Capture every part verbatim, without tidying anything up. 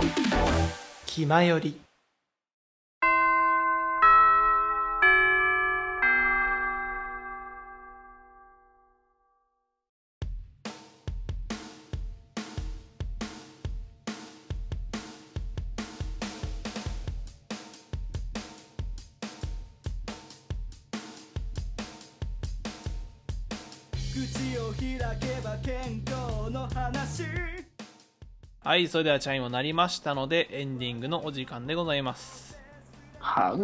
気まより。 口を開けば健康の話。 はい、それではチャイムになりましたのでエンディングのお時間でございます。 はい、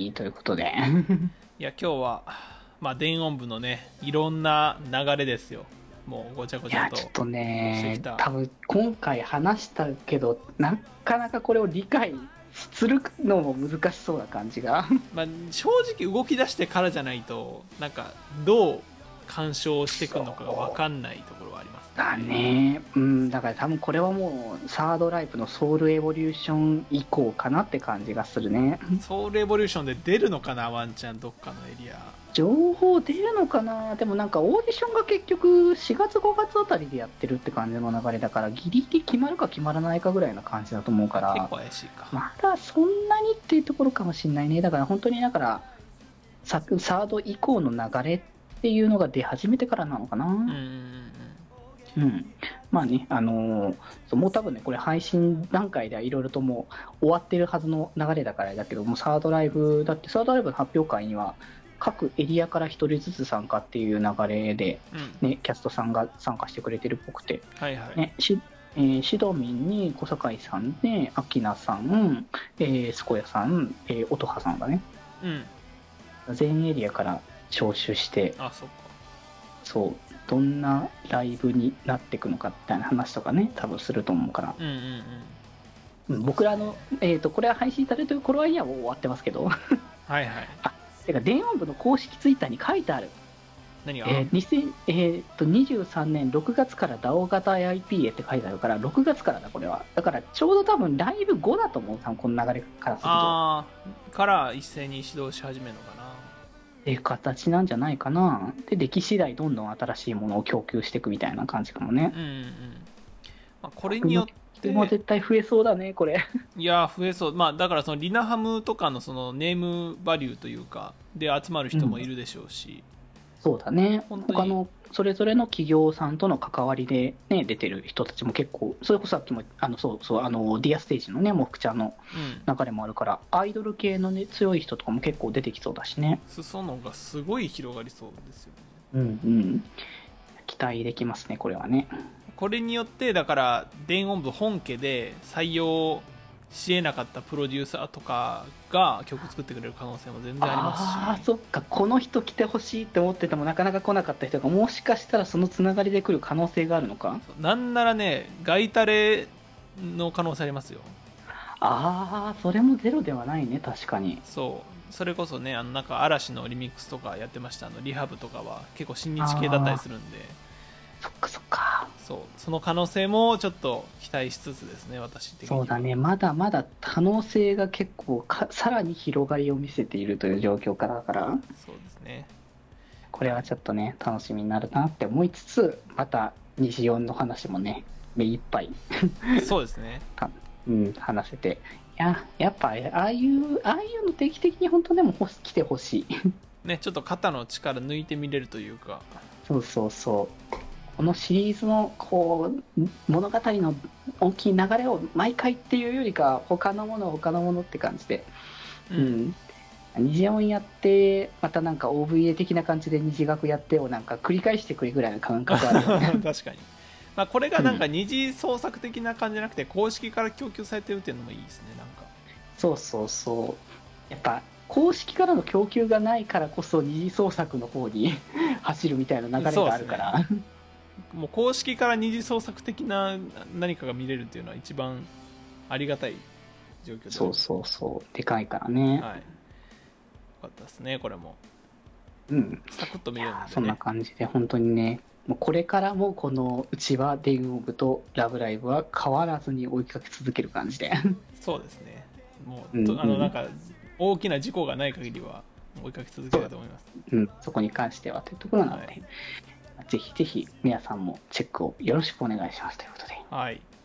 ということでいや今日はまあ電音部のねいろんな流れですよ。もうごちゃごいちゃとやちょっとしてねきた。 多分今回話したけどなかなかこれを理解するのも難しそうな感じがまあ、正直動き出してからじゃないとなんかどう鑑賞していくのかが分かんないところはありますね。 だね。うんだから多分これはもうサードライブのソウルエボリューション以降かなって感じがするね。 ソウルエボリューションで出るのかな、ワンチャンどっかのエリア。 情報出るのかな。でもなんかオーディションが結局しがつごがつあたりでやってるって感じの流れだからギリギリ決まるか決まらないかぐらいな感じだと思うから結構怪しいか。 まだそんなにっていうところかもしれないね。だから本当にだからササード以降の流れっていうのが出始めてからなのかな。 うんうんうんうん、まあね、あのーそうもう多分ね、これ配信段階ではいろいろともう終わってるはずの流れだからだけども、サードライブ、だってサードライブの発表会には、各エリアからひとりずつ参加っていう流れで、 うんね、キャストさんが参加してくれてるっぽくて、 はいはい、 ねしえーシドミンに小堺さんね、アキナさん、えー、スコヤさん、えー、音羽さんがね、 うん全エリアから招集して、 あそっかそうどんなライブになっていくのかみたいな話とかね多分すると思うから、 うんうんうんうん僕らの、えー、とこれは配信されてる頃合いにはもう終わってますけどはいはいあてか電音部の公式ツイッターに書いてある、 何が、 えーにせんえーとにじゅうさんねんろくがつから ダオ 型 アイピー へって書いてあるからろくがつからだこれは。だからちょうど多分ライブ後だと思う多分この流れからするとあーから一斉に指導し始めるのかな。 っていう形なんじゃないかな。で出来次第どんどん新しいものを供給していくみたいな感じかもね。 うんうんうん、まあ、これによってもう絶対増えそうだねこれいや増えそう。まあだからそのリナハムとかのそのネームバリューというかで集まる人もいるでしょうし、 そうだね。 本当に他のそれぞれの企業さんとの関わりで、ね、出てる人たちも結構、それこそさっきもあのそうそうあのディアステージのね、モフちゃんのうん、 流れもあるから、アイドル系の、ね、強い人とかも結構出てきそうだしね。 裾野がすごい広がりそうですよね。 うんうん。期待できますね、これはね。 これによってだから電音部本家で採用しえなかったプロデューサーとかが曲作ってくれる可能性も全然ありますし。 ああ、そっか、この人来てほしいって思ってても、なかなか来なかった人が、もしかしたらそのつながりで来る可能性があるのか。 なんならねガイタレの可能性ありますよ。 ああ、それもゼロではないね、確かに。 そうそれこそねあのなんか嵐のリミックスとかやってました。あのリハブとかは結構親日系だったりするんで、 そっかそっか。 そうその可能性もちょっと期待しつつですね、私的には。 そうだね、まだまだ可能性が結構か、さらに広がりを見せているという状況からだから、 そうですね。 これはちょっとね、楽しみになるなって思いつつ、また西四の話もね、目いっぱいそうですね。 うん、話せて、いや、やっぱ、ああいう、ああいうの定期的に本当でも欲し来てほしい。 ねちょっと肩の力抜いてみれるというか。 そうそうそう。このシリーズのこう物語の大きい流れを毎回っていうよりか他のもの他のものって感じで、 ううんん、虹音やってまたなんか オーブイエー 的な感じで虹学やってをなんか繰り返してくるぐらいの感覚あるよね。 確かに、まあ、これがなんか二次創作的な感じじゃなくて公式から供給されてるっていうのもいいですね。なんかそうそうそう。やっぱ公式からの供給がないからこそ二次創作の方に走るみたいな流れがあるから、 もう公式から二次創作的な何かが見れるっていうのは一番ありがたい状況で。 そうそうそうでかいからね。 はい、よかったですねこれも。 うんサクッと見れるんで、ね、 そんな感じで本当にね、もうこれからもこのうちは電音部とラブライブは変わらずに追いかけ続ける感じで。 そうですね。もう、 うんうん、 あのなんか大きな事故がない限りは追いかけ続けると思います。 うん、そこに関してはというところなので、はい、ぜひぜひ皆さんもチェックをよろしくお願いしますということで。 はい。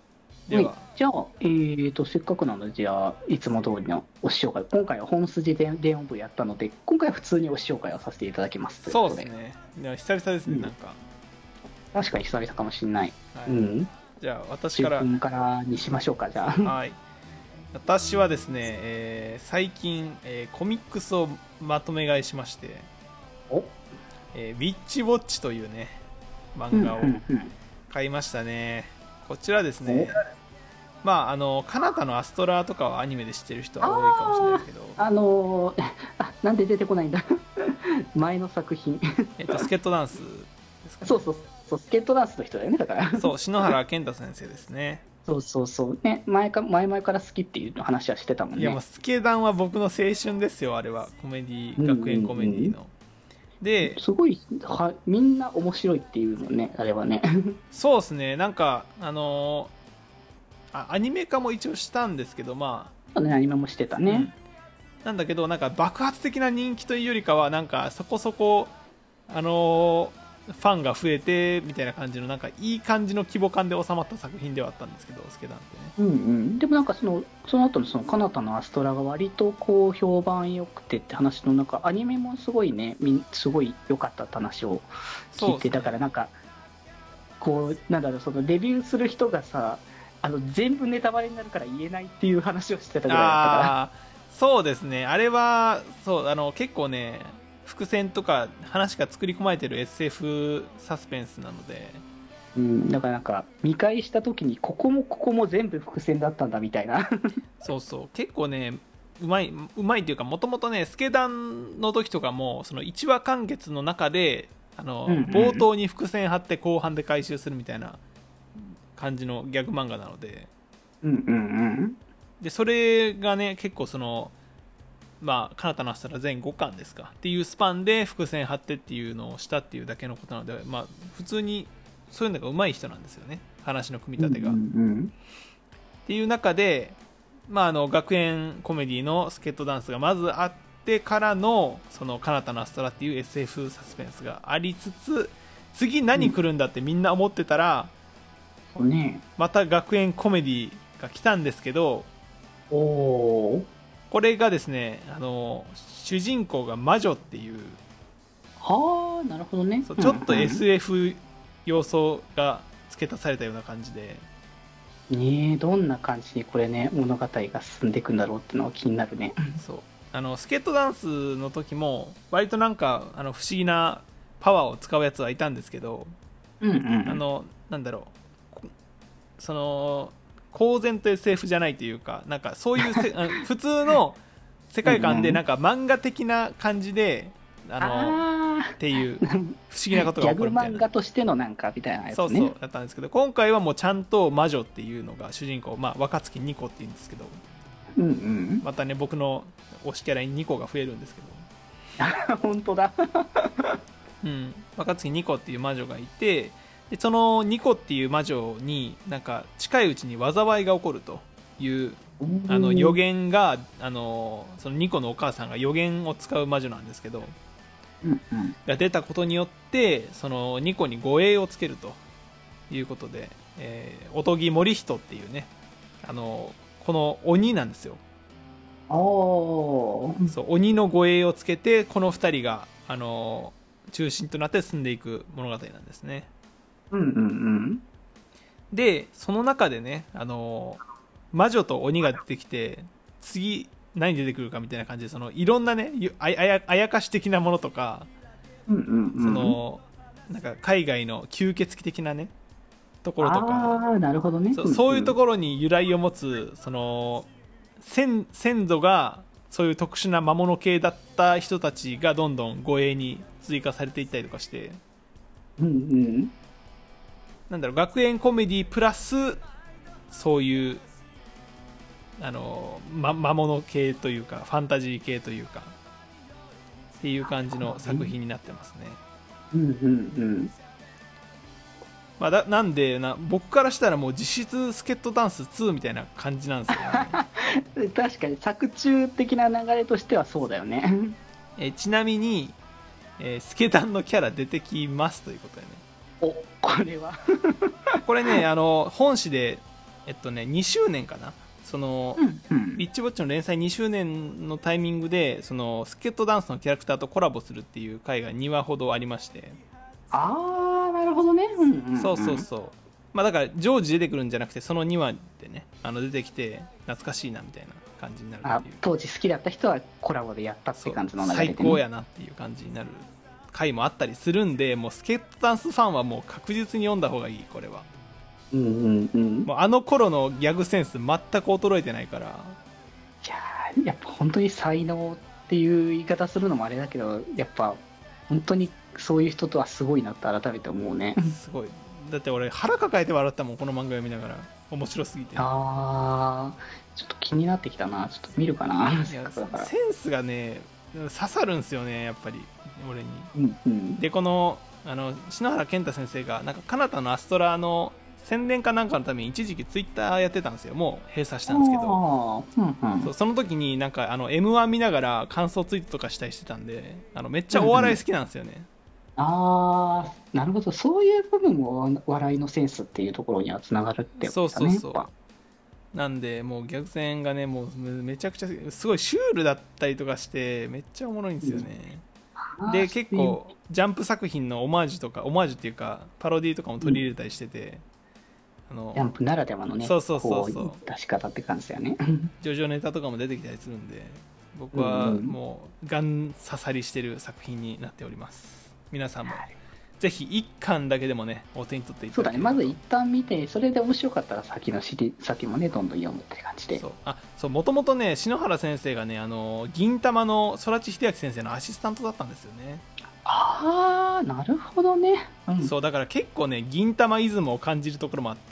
では、 はい、じゃあ、えーと、せっかくなので、じゃあ、いつも通りの推し紹介、今回は本筋で電音部やったので、今回は普通に推し紹介をさせていただきますというそうことで。 ですね。では久々ですね、 うんなんか。 確かに久々かもしれない。 はい、 うん。 じゃあ、私中から。 君からにしましょうか、じゃあ。 はい。私はですね、えー最近、えーコミックスをまとめ買いしまして、 おえーウィッチウォッチというね、 うん漫画をうんうん。 買いましたね。こちらですね、まあ、あの、カナタのアストラとかはアニメで知ってる人は多いかもしれないけど、 あのー、あ、なんで出てこないんだ。前の作品。 えっと、スケットダンスですかね。 そうそうそう、スケートダンスの人だよね、だから。 そう、篠原健太先生ですね。 そうそうそう。ね、前か、前々から好きっていう話はしてたもんね。 いや、もう、スケダンは僕の青春ですよ、あれは。コメディ、学園コメディの。で、 すごいは、みんな面白いっていうのね、あれはね。 そうですね、なんか、あのーあ、アニメ化も一応したんですけど、まね、アニメもしてたあ、 ね。 うんなんだけど、なんか爆発的な人気というよりかは、なんかそこそこ、あのーファンが増えて、みたいな感じの、なんかいい感じの規模感で収まった作品ではあったんですけど、スケダンってね。 うんうん。でもなんかその、その後のその、カナタのアストラが割とこう、評判良くてって話の、なんかアニメもすごいね、みんすごい良かったって話を聞いて、 そうですね。 だからなんか、こう、なんだろう、そのレビューする人がさ、あの、全部ネタバレになるから言えないっていう話をしてたぐらいだったから。 ああ、そうですね。あれは、そう、あの、結構ね、伏線とか話が作り込まれてる エスエフ サスペンスなので、 うん、だからなんか、見返した時に、ここもここも全部伏線だったんだみたいな。 そうそう、結構ね、うまい、うまいっていうか、もともとね、スケダンの時とかも、そのいちわ完結の中で、あの、 うんうん冒頭に伏線張って後半で回収するみたいな感じのギャグ漫画なので、 うんうんうん。 で、それがね、結構その、まあ、カナタのアストラ全ごかんですかっていうスパンで伏線張ってっていうのをしたっていうだけのことなので、まあ、普通にそういうのが上手い人なんですよね、話の組み立てが。 うんうんっていう中で、まあ、あの学園コメディのスケートダンスがまずあってからのそのカナタのアストラっていう エスエフ サスペンスがありつつ、次何来るんだってみんな思ってたら、 うん。ねまた学園コメディが来たんですけど、 おお。 これがですね、あの主人公が魔女っていう、 はあ、なるほどね。 そうちょっとうんうんエスエフ 要素が付け足されたような感じで、 ねえ、どんな感じにこれね、物語が進んでいくんだろうってのは気になるね。 そうあのスケートダンスの時も割となんかあの不思議なパワーを使うやつはいたんですけど、 うんうん。 あのなんだろう、その公然と エスエフ じゃないというか、なんかそういうせあ普通の世界観でなんか漫画的な感じで、あのあっていう不思議なことあ、ギャグが起こるみたいな。 漫画としてのなんかみたいなやつね。 そうそうだったんですけど、今回はもうちゃんと魔女っていうのが主人公、まあ、若月ニコっていうんですけど、 うんうん。 またね僕の推しキャラにニコが増えるんですけど、 本当だ。 うん、若月ニコっていう魔女がいて、でそのニコっていう魔女になんか近いうちに災いが起こるというあの予言が、あのそのニコのお母さんが予言を使う魔女なんですけど、 うんうん。 が出たことによってそのニコに護衛をつけるということで、えー、おとぎ森人っていうね、あのこの鬼なんですよ。 ああ。 そう鬼の護衛をつけてこのふたりが、あの中心となって進んでいく物語なんですね。 うんうんうん。 でその中でね、あの魔女と鬼が出てきて次何出てくるかみたいな感じで、そのいろんなねあやあやかし的なものとか、 うんうんうん。 そのなんか海外の吸血鬼的なねところとか、 ああ、なるほどね。 そそういうとこころに由来を持つその 先, 先祖がそういう特殊な魔物系だった人たちがどんどん護衛に追加されていったりとかして、 ろ。うんうん。 なんだろう、学園コメディプラスそういうあの、ま、魔物系というかファンタジー系というかっていう感じの作品になってますね。 うんうんうん。 まあ、だなんでな、僕からしたらもう実質スケットダンスツーみたいな感じなんですよね。 確かに作中的な流れとしてはそうだよね。 えちなみに、えースケダンのキャラ出てきますということでね、 お、これは。 これねあの本誌で、 えっとねにしゅうねんかな、その、 うんうんビッチウォッチの連載にしゅうねんのタイミングでそのスケートダンスのキャラクターとコラボするっていう回がにわほどありまして、 ああなるほどね、うんうんうん、 そうそうそう、まあ、だから常時出てくるんじゃなくてそのにわでねあの出てきて懐かしいなみたいな感じになるあっていう、 当時好きだった人はコラボでやったって感じの流れで、ね、 最高やなっていう感じになる回もあったりするんで、もうスケートダンスファンはもう確実に読んだ方がいい。これはうんうんうん、 もうあの頃のギャグセンス全く衰えてないから。 いやーやっぱ本当に才能っていう言い方するのもあれだけど、やっぱ本当にそういう人とはすごいなって改めて思うね。 すごい。だって俺腹抱えて笑ったもん、この漫画読みながら。面白すぎて。 あーちょっと気になってきたな。ちょっと見るかな。 いやセンスがね刺さるんですよね、やっぱり俺に。 うんうん、でこのあの篠原健太先生がなんかカナタのアストラの宣伝かなんかのために一時期ツイッターやってたんですよ。もう閉鎖したんですけど、 うんうん、 そうその時になんかあの エムワン 見ながら感想ツイートとかしたりしてたんで、あのめっちゃお笑い好きなんですよね。 うんうん、ああなるほど、そういう部分も笑いのセンスっていうところにはつながるってことだね。 そうそうそう。なんでもうギャグ戦がねもうめちゃくちゃすごいシュールだったりとかしてめっちゃおもろいんですよね。うん、で結構ジャンプ作品のオマージュとかオマージュっていうかパロディとかも取り入れたりしてて、 うん、あのジャンプならではのね、 そうそうそうそう出し方って感じだよね。 ジョジョネタとかも出てきたりするんで、僕はもうガン刺さりしてる作品になっております。皆さんもぜひいっかんだけでもねお手に取っていただければ。 そうだね、まず一旦見て、それで面白かったら先の先もねどんどん読むって感じで。 そうあそうもともとね篠原先生がねあの銀魂の空知秀明先生のアシスタントだったんですよね。 ああなるほどね、 うん、そうだから結構ね銀魂イズムを感じるところもあって、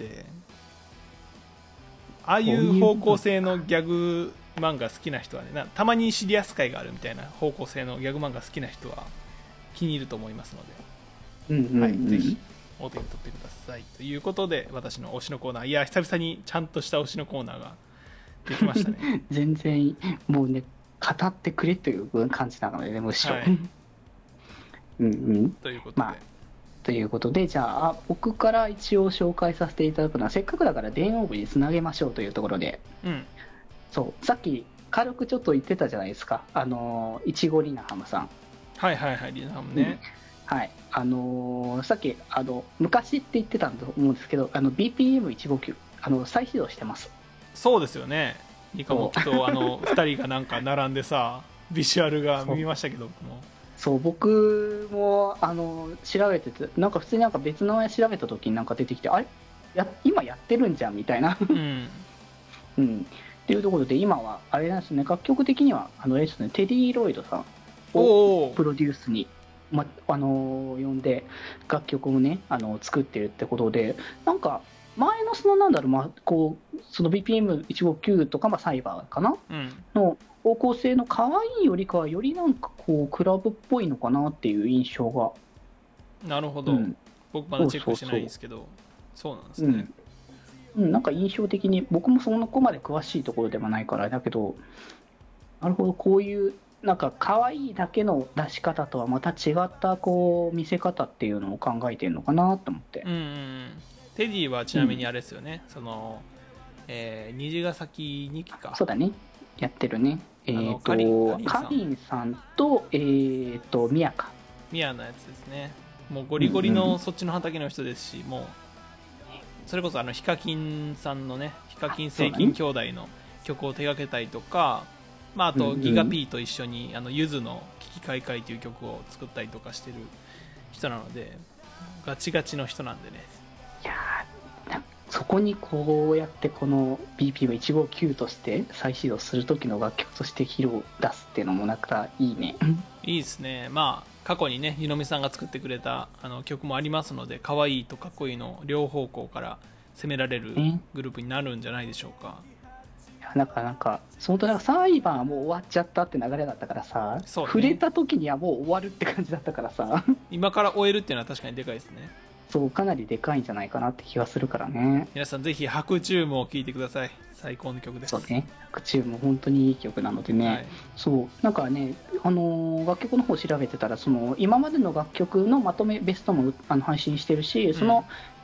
ああいう方向性のギャグ漫画好きな人はね、なたまにシリアス回があるみたいな方向性のギャグ漫画好きな人は気に入ると思いますので、 うんうんうん、 はい、ぜひお手に取ってくださいということで、私の推しのコーナー、いや久々にちゃんとした推しのコーナーができましたね。 全然もうね語ってくれという感じなのでね、むしろ、はい、うんうんということで、まあ、 ということでじゃあ僕から一応紹介させていただくのは、せっかくだから電王部につなげましょうというところで、うん、そうさっき軽くちょっと言ってたじゃないですか、あのいちごリナハムさん。 はいはいはい、リナハムね、 うん、はい、あのー、さっきあの昔って言ってたと思うんですけど、あの ビーピーエムいちごきゅう あの再始動してます。 そうですよね。ニカモキとあのふたりがなんか並んでさビジュアルが見ましたけど、僕もそう僕もあの調べてて、なんか普通になんか別の調べた時になんか出てきて、あれや今やってるんじゃんみたいな、うんうん、っていうところで今はあれなんですね、楽曲的にはあのですね、テディ・ロイドさんをプロデュースに、ま、あの呼んで楽曲をねあの作ってるってことで、なんか前のそのなんだろう、まあ、こうその ビーピーエムいちごきゅう とか、まあ、サイバーかな、うん、の方向性の可愛いよりかはよりなんかこうクラブっぽいのかなっていう印象が。 なるほど、うん、僕まだチェックしてないんですけど、そうなんですね、 うん、うん、なんか印象的に、僕もそのこまで詳しいところではないからだけど、なるほど、こういうなんか可愛いだけの出し方とはまた違ったこう見せ方っていうのを考えてるのかなと思って。 うんうん、テディはちなみにあれですよね、うん、その、えー、虹ヶ崎にきか、 そうだね、やってるね、えー、とカリンカリンさんと、えー、とミヤかミヤのやつですね。もうゴリゴリのそっちの畑の人ですし、うんうん、もうそれこそあのヒカキンさんのね、ヒカキンセイキン兄弟の曲を手掛けたりとか、まあ、あとギガ P と一緒にあのゆずの「危機開会」という曲を作ったりとかしてる人なので、ガチガチの人なんでね。 いやー、そこにこうやってこの ビーピーエムいちごきゅう として再始動する時の楽曲として披露出すっていうのもなかなかいいね。 いいですね。まあ過去にね湯飲みさんが作ってくれたあの曲もありますので、可愛いとかっこいいの両方向から攻められるグループになるんじゃないでしょうか。 なんかなんかそのなんか裁判はもう終わっちゃったって流れだったからさ、ね、触れた時にはもう終わるって感じだったからさ、 今から終えるっていうのは確かにでかいですね。 そうかなりでかいんじゃないかなって気がするからね。 皆さんぜひ白チュームを聴いてください。最高の曲です。 そうね、白チューム本当にいい曲なのでね、はい、そうなんかね、あのー、楽曲の方調べてたらその今までの楽曲のまとめベストもあの配信してるし、その、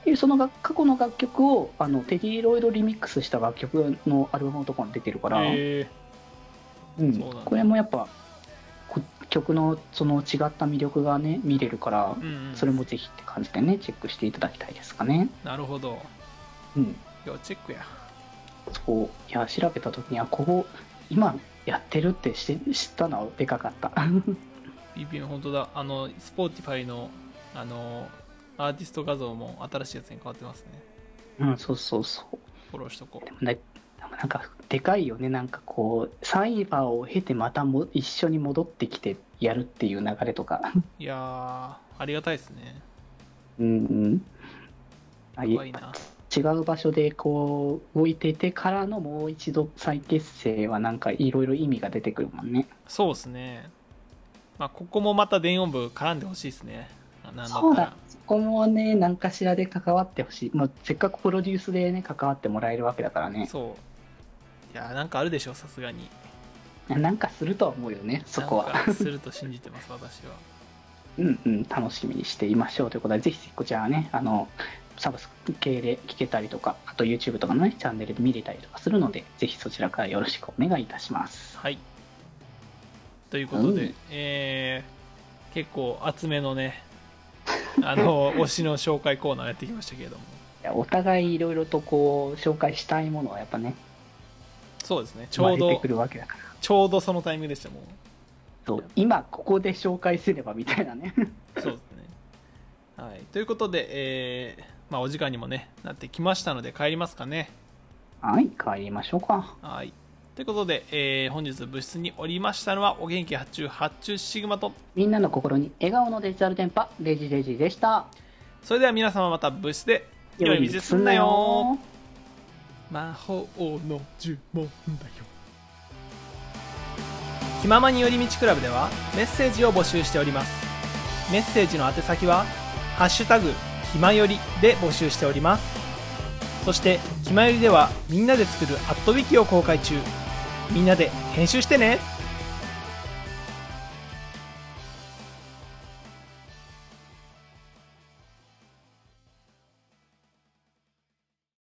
でそのが過去の楽曲をあのテディ・ロイドリミックスした楽曲のアルバムのところに出てるから、 へうん、 そうなんだこれもやっぱこ曲のその違った魅力がね見れるから、 うんうん、 それもぜひって感じでねチェックしていただきたいですかね。 なるほど。 うん要チェックや。 そういや調べた時にはここ今やってるって知知ったのはでかかった。 ビーピーエム 本当だ。あの Spotify のあのアーティスト画像も新しいやつに変わってますね。 うんそうそうそう。 フォローしとこう。 でもねでもなんかでかいよね。なんかこうサイバーを経てまたも一緒に戻ってきてやるっていう流れとか。 いやーありがたいですね。 うんうんあい怖いな。 違う場所でこう動いててからのもう一度再結成はなんかいろいろ意味が出てくるもんね。 そうですね。まあここもまた電音部絡んでほしいですね。なんだったらそうだそこもね何かしらで関わってほしい。もうせっかくプロデュースでね関わってもらえるわけだからね。 そういやなんかあるでしょさすがに。 なんかするとは思うよねそこは。 なんかすると信じてます私は。 うんうん楽しみにしていましょうということでぜひこちらはねあのサブスク系で聞けたりとかあと YouTube とかのねチャンネルで見れたりとかするのでぜひそちらからよろしくお願いいたします。 はいということで、 うんえー、結構厚めのねあの推しの紹介コーナーやってきましたけれども、 いやお互いいろいろとこう紹介したいものはやっぱねそうですねちょうど生まれてくるわけだからちょうどそのタイミングでしたもん。 そう今ここで紹介すればみたいなね。 そうですね。はい、ということで、えーまあ、お時間にも、ね、なってきましたので帰りますかね。 はい帰りましょうか。 はいということで、えー本日部室におりましたのはお元気発注発注シグマとみんなの心に笑顔のデジタル電波レジレジでした。 それでは皆様また部室で良い店すんなよ。魔法の呪文だよ。気ままに寄り道クラブではメッセージを募集しております。メッセージの宛先はハッシュタグひまよりで募集しております。そしてひまよりではみんなで作るアットウィキを公開中。みんなで編集してね。